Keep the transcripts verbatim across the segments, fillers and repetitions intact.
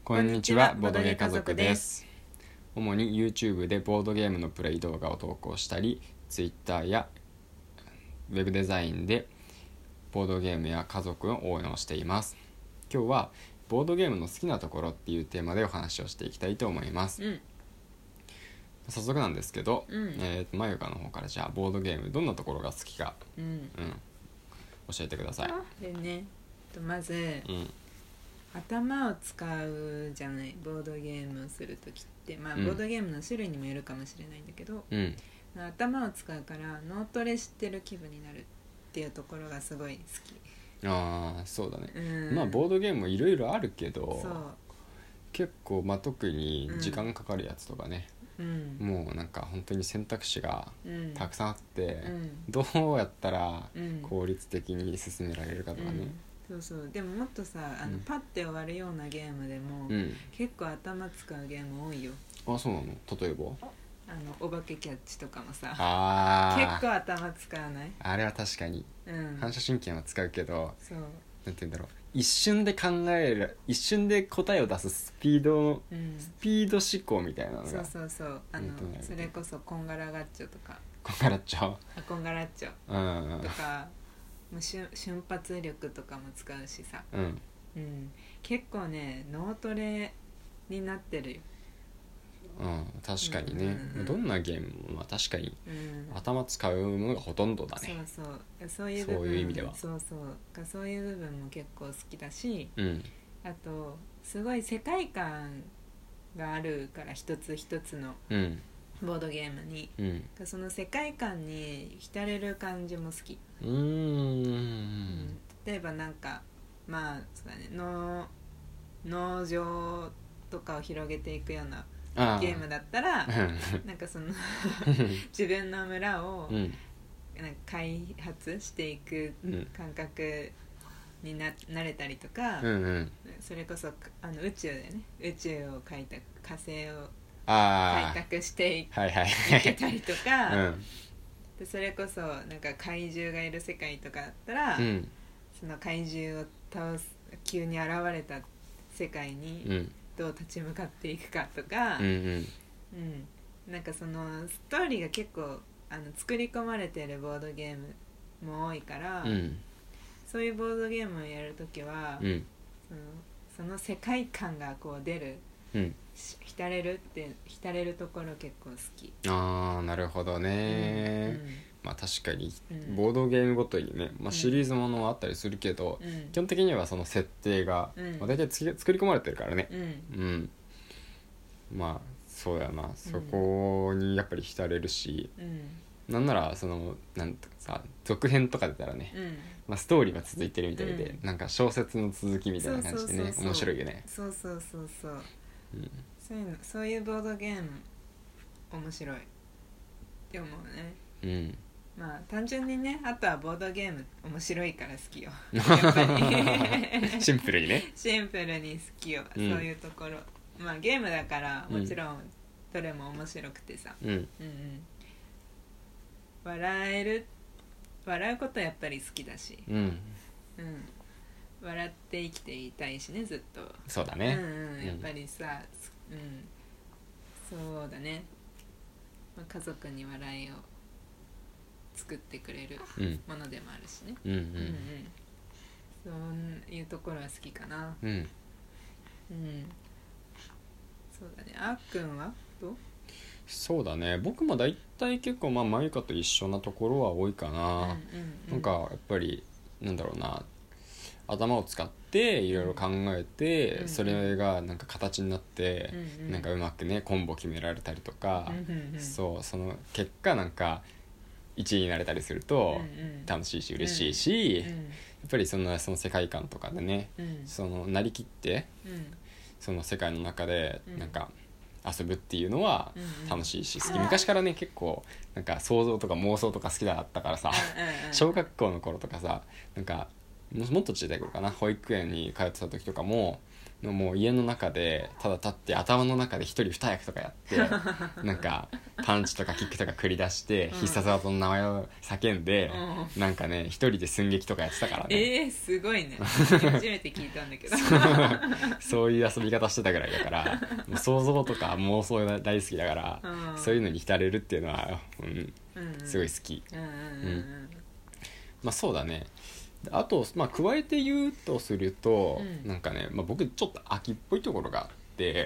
こんにちは、ボードゲー家族です。主に YouTube でボードゲームのプレイ動画を投稿したり、Twitter やウェブデザインでボードゲームや家族を応援をしています。今日はボードゲームの好きなところっていうテーマでお話をしていきたいと思います。 うん、 早速なんですけど、 うんえー、まゆかの方からじゃあボードゲームどんなところが好きか、 うんうん、教えてください。 でね、まず、 うん、 頭を使うじゃない、ボードゲームをするときって、まあ、 うんボードゲームの種類にもよるかもしれないんだけど、 うん、 頭を使うから脳トレしてる気分になるっていうところがすごい好き。 ああそうだね、 うん、 まあボードゲームもいろいろあるけどそう、 結構、まあ、特に時間かかるやつとかね、 うん、 もうなんか本当に選択肢がたくさんあって、 うん、 どうやったらうん効率的に進められるかとかね、 うん、そうそう。でももっとさ、あの、 うん、 パッて終わるようなゲームでも、 うん、 結構頭使うゲーム多いよ。 あ、そうなの？例えばあのお化けキャッチとかもさ、 あ結構頭使わない？ あれは確かに、 うん、 反射神経は使うけど、 そう、 なんて言うんだろう、一瞬で考える、一瞬で答えを出すスピード、 うん、 スピード思考みたいなのが、 そうそうそう、あの、 本当ね、 それこそこんがらガッチョとか、 こんがらっちゃう、 あこんがらっちょうんとか、もう瞬瞬発力とかも使うしさ、 うんうん、結構ね脳トレになってるよ。 うん、確かにね、 うんうん、 どんなゲームもまあ確かにうん、 頭使うものがほとんどだね。 そうそう、そういう部分、 そういう意味では、 そうそうそういう部分も結構好きだし、 うん、 あとすごい世界観があるから、一つ一つのうんボードゲームに、 うん、 その世界観に浸れる感じも好き。 うーん、 うん、例えばなんか、まあそうだね、農農場とかを広げていくようなゲームだったら、なんかその自分の村をうん、 なんか開発していく感覚に な, なれたりとか、 うんうん、 それこそあの宇宙でね、宇宙を開拓、火星をあ開拓していはいはいけたりとか、 うんでそれこそなんか怪獣がいる世界とかだったら、 うん、 その怪獣を倒す、急に現れた世界にうんどう立ち向かっていくかとか、 うんうんうん、なんかそのストーリーが結構あの作り込まれてるボードゲームも多いから、 うんそういうボードゲームをやるときは、 うん、 そのその世界観がこう出る、 うん、 浸れるって浸れるところ結構好き。 ああなるほどね、 うん、 まあ確かにうんボードゲームごとにね、まあ、シリーズものはあったりするけど、 うん、 基本的にはその設定が、 うんまあ、大体つ作り込まれてるからね、 うんうんまあそうやな、そこにやっぱり浸れるし、 うんなんならそのなんとかさ続編とか出たらね、 うん、 まあ、ストーリーが続いてるみたいで、 うん、 なんか小説の続きみたいな感じでね、 そうそうそうそう面白いよね。 そうそうそうそう、 うんそういうの、そういうボードゲーム面白いって思うね。 うんまあ単純にね、あとはボードゲーム面白いから好きよやっぱりシンプルにねシンプルに好きよ、 うん、 そういうところ。まあゲームだからもちろんどれも面白くてさ、 うんうんうん、笑える、笑うことやっぱり好きだし、 うん、 うん、笑って生きていたいしね、ずっと。 そうだね、 うんうん、やっぱりさ、うん、そうだね、まあ、家族に笑いを作ってくれるものでもあるしね、 うんうんうんうん、そういうところは好きかな。 うん、うん、 うん、そうだね。あっくんはどう？ そうだね、僕もだいたい結構まあマユカと一緒なところは多いかな、 うんうんうん、 なんかやっぱりなんだろうな、頭を使っていろいろ考えて、うん、それがなんか形になって、うんうん、なんかうまくねコンボ決められたりとか、うんうん、そうその結果なんかいちいになれたりすると楽しいし嬉しいし、うんうん、やっぱりその、その世界観とかでね、うん、そのなりきって、うん、その世界の中でなんか遊ぶっていうのは楽しいし好き、昔からね結構なんか想像とか妄想とか好きだったからさ、小学校の頃とかさ、なんかももっと小さい頃かな、保育園に通ってた時とかももう家の中でただ立って頭の中で一人二役とかやってなんかパンチとかキックとか繰り出して必殺技の名前を叫んで、うん、なんかね一人で寸劇とかやってたからね。 えー、すごいね初めて聞いたんだけどそういう遊び方してたぐらいだからもう想像とか妄想が大好きだから、うん、そういうのに浸れるっていうのは、うんうんうん、すごい好き、うんうんうんうん、まあそうだね。あと、まあ、加えて言うとすると、うん、なんかね、まあ、僕ちょっと秋っぽいところがあって、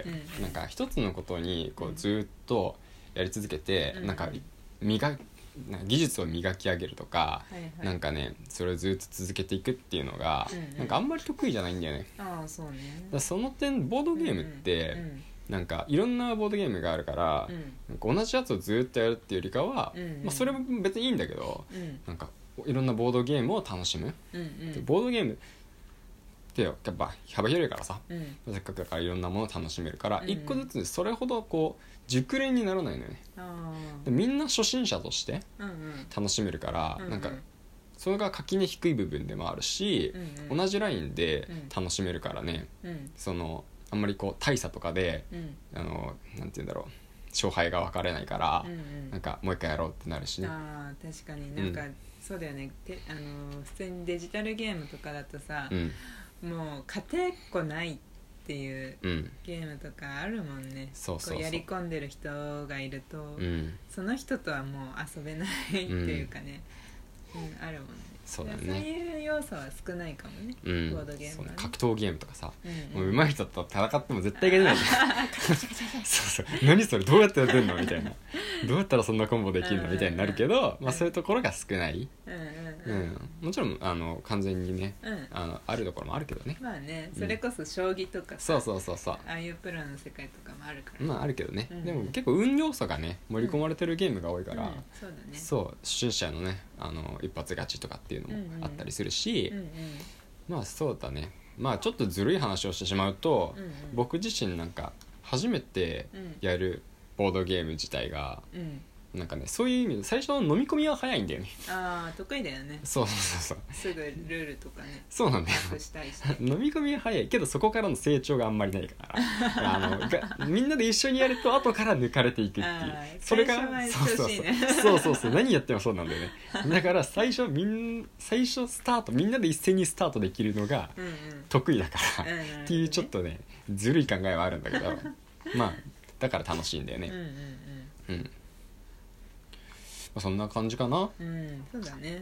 うん、なんか一つのことにこうずっとやり続けて、うん、なんか磨なんか技術を磨き上げるとか、はいはい、なんかねそれをずっと続けていくっていうのが、うんうん、なんかあんまり得意じゃないんだよね。 ああそうね。 だその点ボードゲームって、うんうん、なんかいろんなボードゲームがあるから、うん、なんか同じやつをずっとやるっていうよりかは、うんうんまあ、それも別にいいんだけど、うん、なんかいろんなボードゲームを楽しむ、うんうん、ボードゲームってやっぱ幅広いからさ、うん、せっかくだからいろんなものを楽しめるから一、うんうん、個ずつそれほどこう熟練にならないのよね。でみんな初心者として楽しめるから、うんうん、なんかそれが垣根低い部分でもあるし、うんうん、同じラインで楽しめるからね、うん、そのあんまりこう大差とかで、うん、あのなんて言うんだろう勝敗が分かれないから、うんうん、なんかもう一回やろうってなるしね。 あ確かになんか、うんそうだよね。てあの普通にデジタルゲームとかだとさ、うん、もう勝てっこないっていうゲームとかあるもんね、うん、こうやり込んでる人がいると、うん、その人とはもう遊べないっていうかね、うんうん、あるもんね。そうだね。そういう要素は少ないかもね、うん、ボードゲームは、ね、 格闘ゲームとかさ、うんうん、もう上手い人と戦っても絶対いけないじゃんそうそう何それどうやってやってんのみたいなどうやったらそんなコンボできるのみたいになるけど、まあ、そういうところが少ない、うんうんうん、もちろんあの完全にね、うん、あのあるところもあるけどね。 まあねそれこそ将棋とかさ、 そうそうそうそうああいうプロの世界とかもあるから、 まああるけどね、うん、でも結構運要素がね盛り込まれてるゲームが多いから、うんうん、 そうだね。 そう初心者のねあの一発勝ちとかっていうのもあったりするし、うんうん、まあそうだね。まあちょっとずるい話をしてしまうと、うんうん、僕自身なんか初めてやるボードゲーム自体が、うんなんかねそういう意味で最初の飲み込みは早いんだよね。 ああ得意だよね。 そうそうそうすぐルールとかねそうなんだよしたりして飲み込みは早いけどそこからの成長があんまりないからあのがみんなで一緒にやると後から抜かれていくっていうそれがそうそうそうそうそうそう何やってもそうなんだよねだから最初みん最初スタートみんなで一斉にスタートできるのが得意だから、うんうん、っていうちょっとねずるい考えはあるんだけどまあだから楽しいんだよね。うんうんうん、うんそんな感じかな。 うんそうだね。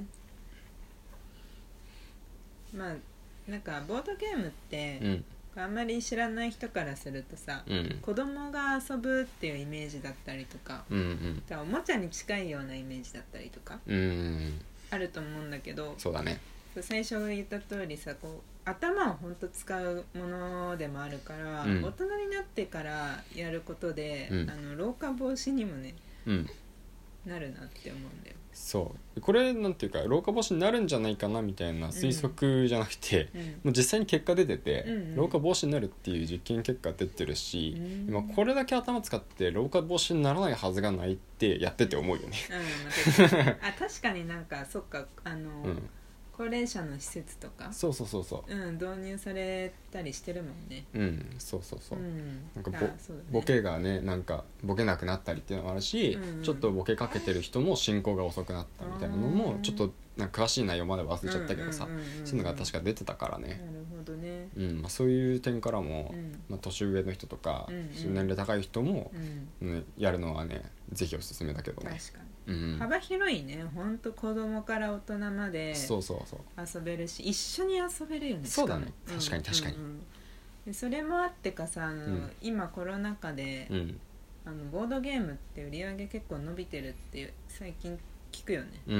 まあなんかボードゲームって、うん、あんまり知らない人からするとさ、うん、子供が遊ぶっていうイメージだったりとか、うんうん、おもちゃに近いようなイメージだったりとか、うんうん、あると思うんだけどそうだね。 最初言った通りさこう頭をほんと使うものでもあるから、うん、大人になってからやることで、うん、あの老化防止にもね、うんなるなって思うんだよ。 そうこれなんていうか老化防止になるんじゃないかなみたいな推測じゃなくて、うん、もう実際に結果出てて、うんうん、老化防止になるっていう実験結果出てるし、うん、今これだけ頭使って老化防止にならないはずがないってやってて思うよね、 うんうん、あ確かになんかそっかあの、うん高齢者の施設とかそうそうそうそう、 うん、導入されたりしてるもんね。 うんそうそうそう、うん、なんか ボ,、ね、ボケがねなんかボケなくなったりっていうのもあるし、うんうん、ちょっとボケかけてる人も進行が遅くなったみたいなのもちょっとなんか詳しい内容まで忘れちゃったけどさ、そういうのが確か出てたからね。 なるほどね、 うんまあ、そういう点からも、うんまあ、年上の人とか、うんうん、年齢高い人も、うんね、やるのはねぜひおすすめだけどね。 確かにうん、幅広いねほんと子供から大人までそうそうそう遊べるし一緒に遊べるよね。 そうだね確かに確かに、うんうん、 でそれもあってかさあの、うん、今コロナ禍で、うん、あのボードゲームって売り上げ結構伸びてるって最近聞くよね、うん、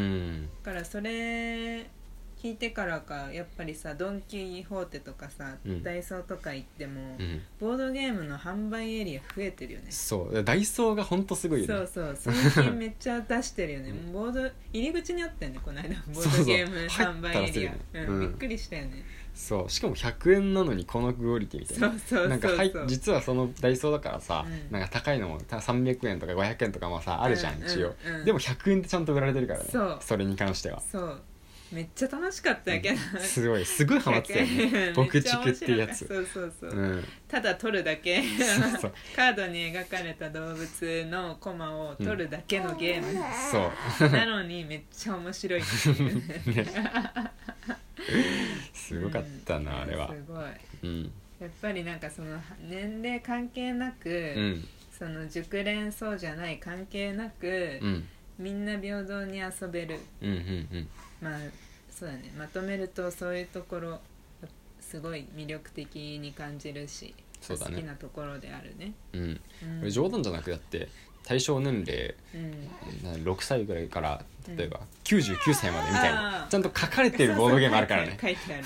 だからそれ聞いてからかやっぱりさドン・キホーテとかさ、うん、ダイソーとか行っても、うん、ボードゲームの販売エリア増えてるよね。 そうダイソーがほんとすごいよね。 そうそう最近めっちゃ出してるよねうん、ボード入り口にあったよねこの間ボードゲーム販売エリアそうそう、うん、びっくりしたよね。 そうしかもひゃくえんなのにこのクオリティみたいな。そうそうそうそうなんかはい実はそのダイソーだからさ、うん、なんか高いのもさんびゃくえんとかごひゃくえんとかもさあるじゃん、うん、一応、うんうん、でもひゃくえんでちゃんと売られてるからね そ, それに関しては。 そうめっちゃ楽しかったけど、 うん、すごいすぐハマってたよね僕地区っていうやつ。 そうそうそう、 うん、 ただ取るだけそうそうカードに描かれた動物のコマを取るだけのゲーム、うん、 そうなのにめっちゃ面白いっていう、ね、 すごかったな、うん、あれはすごい、 うん、 やっぱりなんかその年齢関係なく、 うん、 その熟練そうじゃない関係なく、 うん、 みんな平等に遊べる、 うんうんうん、 まあそうだね、まとめるとそういうところすごい魅力的に感じるし、そうだね、好きなところであるね。 うん、うん、これ冗談じゃなくだって対象年齢、うん、ろくさいぐらいから例えばきゅうじゅうきゅうさいまでみたいな、うん、ちゃんと書かれてるボードゲームあるからね。 書いてある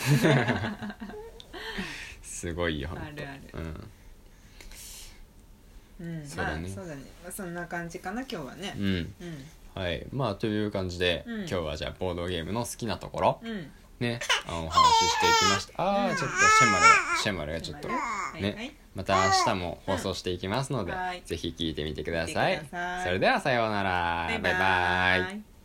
すごいよ、 あるある、うん、うん、 そうだね、 まあそうだね、まあ、そんな感じかな今日はね。 うん、うん、はい、まあという感じで、うん、今日はじゃあボードゲームの好きなところ、うん、ね、あのお話ししていきました。ああ、ちょっとシェマルがシェマルがちょっとね、はいはい、また明日も放送していきますので、うん、ぜひ聞いてみてください。それではさようなら、バイバイ。バイバイ。